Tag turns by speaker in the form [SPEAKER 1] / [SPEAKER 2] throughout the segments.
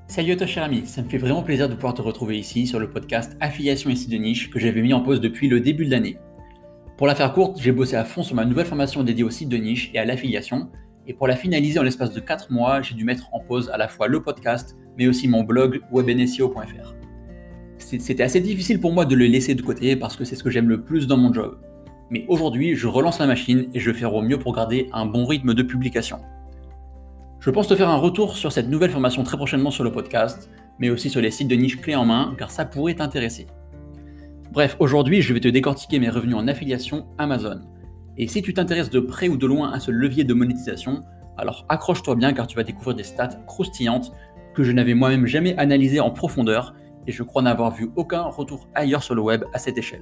[SPEAKER 1] Salut à toi cher ami, ça me fait vraiment plaisir de pouvoir te retrouver ici sur le podcast Affiliation et sites de niche que j'avais mis en pause depuis le début de l'année. Pour la faire courte, j'ai bossé à fond sur ma nouvelle formation dédiée aux sites de niche et à l'affiliation, et pour la finaliser en l'espace de 4 mois, j'ai dû mettre en pause à la fois le podcast, mais aussi mon blog webnseo.fr. C'était assez difficile pour moi de le laisser de côté parce que c'est ce que j'aime le plus dans mon job. Mais aujourd'hui, je relance la machine et je vais faire au mieux pour garder un bon rythme de publication. Je pense te faire un retour sur cette nouvelle formation très prochainement sur le podcast, mais aussi sur les sites de niche clés en main, car ça pourrait t'intéresser. Bref, aujourd'hui, je vais te décortiquer mes revenus en affiliation Amazon. Et si tu t'intéresses de près ou de loin à ce levier de monétisation, alors accroche-toi bien car tu vas découvrir des stats croustillantes que je n'avais moi-même jamais analysées en profondeur et je crois n'avoir vu aucun retour ailleurs sur le web à cette échelle.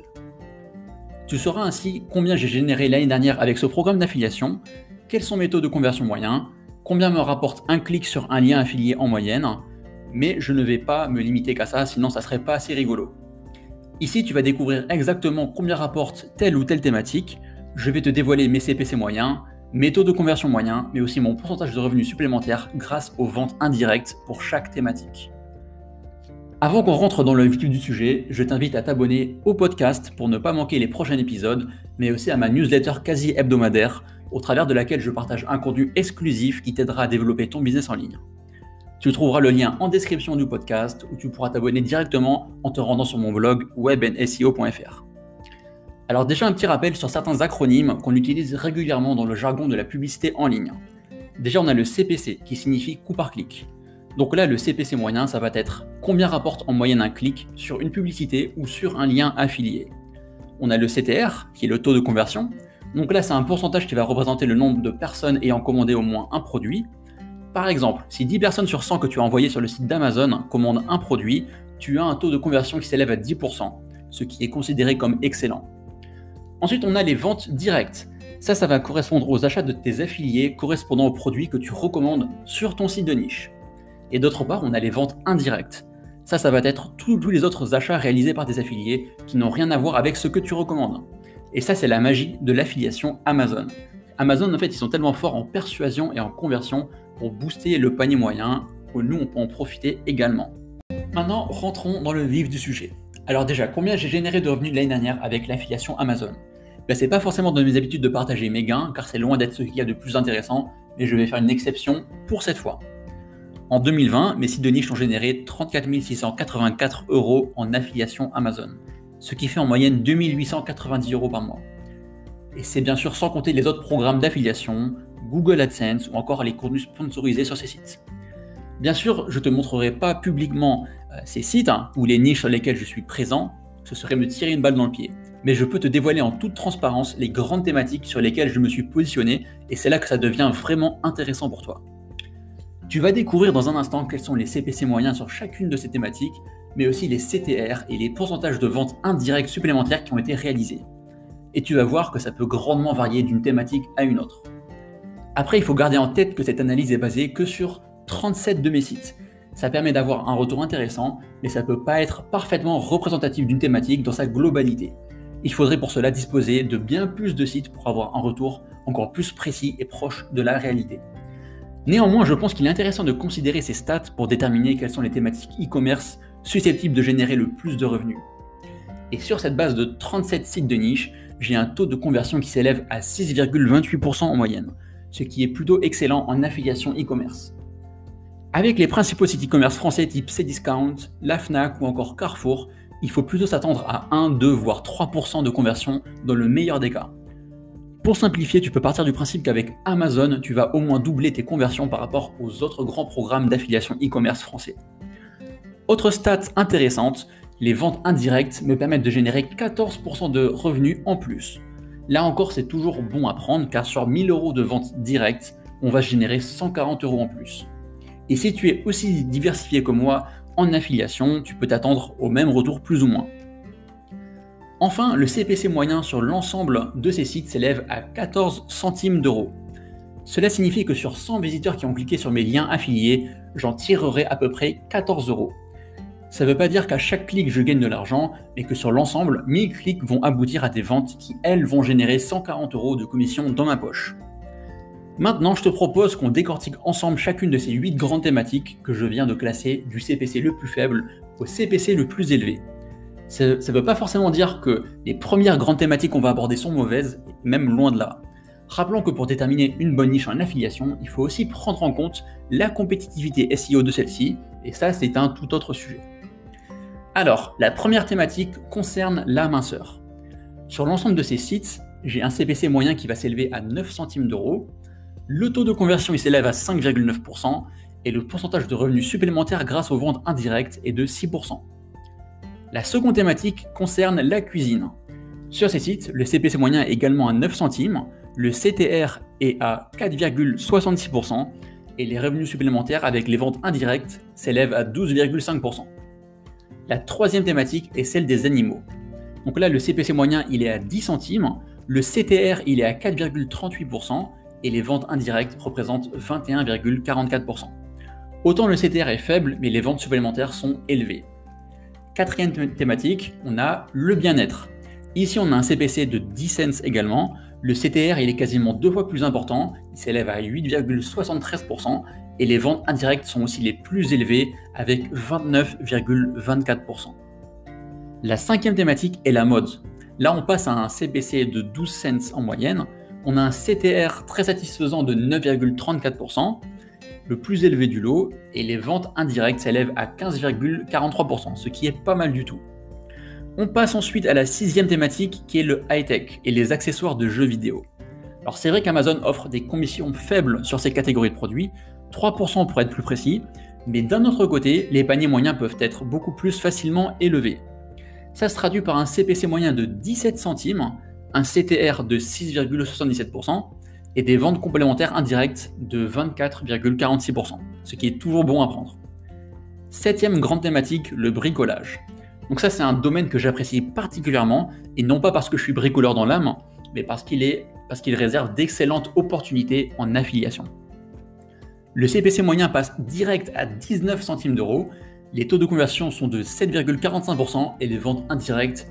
[SPEAKER 1] Tu sauras ainsi combien j'ai généré l'année dernière avec ce programme d'affiliation, quels sont mes taux de conversion moyens, combien me rapporte un clic sur un lien affilié en moyenne, mais je ne vais pas me limiter qu'à ça, sinon ça serait pas assez rigolo. Ici, tu vas découvrir exactement combien rapporte telle ou telle thématique, je vais te dévoiler mes CPC moyens, mes taux de conversion moyens, mais aussi mon pourcentage de revenus supplémentaires grâce aux ventes indirectes pour chaque thématique. Avant qu'on rentre dans le vif du sujet, je t'invite à t'abonner au podcast pour ne pas manquer les prochains épisodes, mais aussi à ma newsletter quasi hebdomadaire, au travers de laquelle je partage un contenu exclusif qui t'aidera à développer ton business en ligne. Tu trouveras le lien en description du podcast où tu pourras t'abonner directement en te rendant sur mon blog webnseo.fr. Alors déjà un petit rappel sur certains acronymes qu'on utilise régulièrement dans le jargon de la publicité en ligne. Déjà on a le CPC qui signifie coût par clic. Donc là le CPC moyen ça va être combien rapporte en moyenne un clic sur une publicité ou sur un lien affilié. On a le CTR qui est le taux de conversion. Donc là, c'est un pourcentage qui va représenter le nombre de personnes ayant commandé au moins un produit. Par exemple, si 10 personnes sur 100 que tu as envoyées sur le site d'Amazon commandent un produit, tu as un taux de conversion qui s'élève à 10%, ce qui est considéré comme excellent. Ensuite, on a les ventes directes. Ça va correspondre aux achats de tes affiliés correspondant aux produits que tu recommandes sur ton site de niche. Et d'autre part, on a les ventes indirectes. Ça va être tous les autres achats réalisés par tes affiliés qui n'ont rien à voir avec ce que tu recommandes. Et ça, c'est la magie de l'affiliation Amazon. Amazon, en fait, ils sont tellement forts en persuasion et en conversion pour booster le panier moyen, que nous, on peut en profiter également. Maintenant, rentrons dans le vif du sujet. Alors déjà, combien j'ai généré de revenus l'année dernière avec l'affiliation Amazon ? C'est pas forcément dans mes habitudes de partager mes gains, car c'est loin d'être ce qu'il y a de plus intéressant, mais je vais faire une exception pour cette fois. En 2020, mes sites de niche ont généré 34 684 € en affiliation Amazon, ce qui fait en moyenne 2 890 € par mois. Et c'est bien sûr sans compter les autres programmes d'affiliation, Google AdSense ou encore les contenus sponsorisés sur ces sites. Bien sûr, je ne te montrerai pas publiquement ces sites ou les niches sur lesquelles je suis présent, ce serait me tirer une balle dans le pied. Mais je peux te dévoiler en toute transparence les grandes thématiques sur lesquelles je me suis positionné et c'est là que ça devient vraiment intéressant pour toi. Tu vas découvrir dans un instant quels sont les CPC moyens sur chacune de ces thématiques, mais aussi les CTR et les pourcentages de ventes indirectes supplémentaires qui ont été réalisés. Et tu vas voir que ça peut grandement varier d'une thématique à une autre. Après, il faut garder en tête que cette analyse est basée que sur 37 de mes sites. Ça permet d'avoir un retour intéressant, mais ça ne peut pas être parfaitement représentatif d'une thématique dans sa globalité. Il faudrait pour cela disposer de bien plus de sites pour avoir un retour encore plus précis et proche de la réalité. Néanmoins, je pense qu'il est intéressant de considérer ces stats pour déterminer quelles sont les thématiques e-commerce susceptibles de générer le plus de revenus. Et sur cette base de 37 sites de niche, j'ai un taux de conversion qui s'élève à 6,28% en moyenne, ce qui est plutôt excellent en affiliation e-commerce. Avec les principaux sites e-commerce français type Cdiscount, la Fnac ou encore Carrefour, il faut plutôt s'attendre à 1, 2 voire 3% de conversion dans le meilleur des cas. Pour simplifier, tu peux partir du principe qu'avec Amazon, tu vas au moins doubler tes conversions par rapport aux autres grands programmes d'affiliation e-commerce français. Autre stat intéressante, les ventes indirectes me permettent de générer 14% de revenus en plus. Là encore, c'est toujours bon à prendre car sur 1000 € de ventes directes, on va générer 140 € en plus. Et si tu es aussi diversifié que moi en affiliation, tu peux t'attendre au même retour plus ou moins. Enfin, le CPC moyen sur l'ensemble de ces sites s'élève à 14 centimes d'euros. Cela signifie que sur 100 visiteurs qui ont cliqué sur mes liens affiliés, j'en tirerai à peu près 14 €. Ça ne veut pas dire qu'à chaque clic je gagne de l'argent, mais que sur l'ensemble, 1000 clics vont aboutir à des ventes qui, elles, vont générer 140 € de commission dans ma poche. Maintenant, je te propose qu'on décortique ensemble chacune de ces 8 grandes thématiques que je viens de classer du CPC le plus faible au CPC le plus élevé. Ça ne veut pas forcément dire que les premières grandes thématiques qu'on va aborder sont mauvaises, même loin de là. Rappelons que pour déterminer une bonne niche en affiliation, il faut aussi prendre en compte la compétitivité SEO de celle-ci, et ça c'est un tout autre sujet. Alors, la première thématique concerne la minceur. Sur l'ensemble de ces sites, j'ai un CPC moyen qui va s'élever à 9 centimes d'euros, le taux de conversion il s'élève à 5,9% et le pourcentage de revenus supplémentaires grâce aux ventes indirectes est de 6%. La seconde thématique concerne la cuisine. Sur ces sites, le CPC moyen est également à 9 centimes, le CTR est à 4,66% et les revenus supplémentaires avec les ventes indirectes s'élèvent à 12,5%. La troisième thématique est celle des animaux. Donc là, le CPC moyen il est à 10 centimes, le CTR il est à 4,38% et les ventes indirectes représentent 21,44%. Autant le CTR est faible, mais les ventes supplémentaires sont élevées. Quatrième thématique, on a le bien-être. Ici, on a un CPC de 10 cents également. Le CTR il est quasiment 2 fois plus important, il s'élève à 8,73% et les ventes indirectes sont aussi les plus élevées avec 29,24%. La cinquième thématique est la mode. Là, on passe à un CPC de 12 cents en moyenne. On a un CTR très satisfaisant de 9,34%, le plus élevé du lot, et les ventes indirectes s'élèvent à 15,43%, ce qui est pas mal du tout. On passe ensuite à la sixième thématique qui est le high-tech et les accessoires de jeux vidéo. Alors c'est vrai qu'Amazon offre des commissions faibles sur ces catégories de produits, 3% pour être plus précis, mais d'un autre côté, les paniers moyens peuvent être beaucoup plus facilement élevés. Ça se traduit par un CPC moyen de 17 centimes, un CTR de 6,77% et des ventes complémentaires indirectes de 24,46%, ce qui est toujours bon à prendre. Septième grande thématique, le bricolage. Donc ça c'est un domaine que j'apprécie particulièrement, et non pas parce que je suis bricoleur dans l'âme, mais parce qu'il réserve d'excellentes opportunités en affiliation. Le CPC moyen passe direct à 19 centimes d'euros, les taux de conversion sont de 7,45% et les ventes indirectes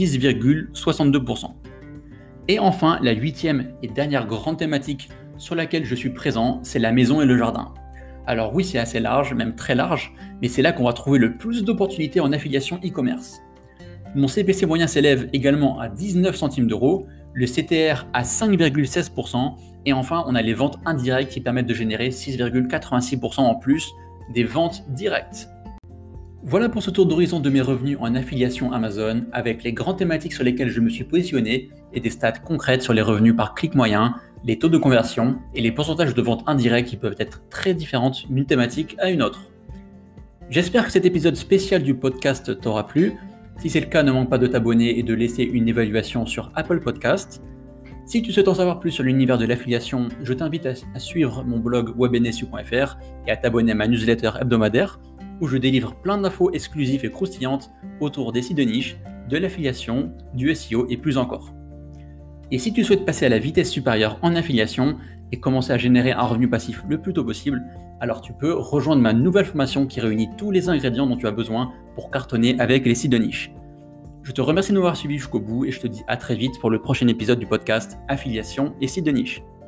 [SPEAKER 1] 10,62%. Et enfin, la huitième et dernière grande thématique sur laquelle je suis présent, c'est la maison et le jardin. Alors oui, c'est assez large, même très large, mais c'est là qu'on va trouver le plus d'opportunités en affiliation e-commerce. Mon CPC moyen s'élève également à 19 centimes d'euros, le CTR à 5,16%, et enfin on a les ventes indirectes qui permettent de générer 6,86% en plus des ventes directes. Voilà pour ce tour d'horizon de mes revenus en affiliation Amazon, avec les grandes thématiques sur lesquelles je me suis positionné et des stats concrètes sur les revenus par clic moyen, les taux de conversion et les pourcentages de ventes indirectes qui peuvent être très différentes d'une thématique à une autre. J'espère que cet épisode spécial du podcast t'aura plu. Si c'est le cas, ne manque pas de t'abonner et de laisser une évaluation sur Apple Podcast. Si tu souhaites en savoir plus sur l'univers de l'affiliation, je t'invite à suivre mon blog webnsu.fr et à t'abonner à ma newsletter hebdomadaire où je délivre plein d'infos exclusives et croustillantes autour des sites de niche, de l'affiliation, du SEO et plus encore. Et si tu souhaites passer à la vitesse supérieure en affiliation et commencer à générer un revenu passif le plus tôt possible, alors tu peux rejoindre ma nouvelle formation qui réunit tous les ingrédients dont tu as besoin pour cartonner avec les sites de niche. Je te remercie de m'avoir suivi jusqu'au bout et je te dis à très vite pour le prochain épisode du podcast Affiliation et sites de niche.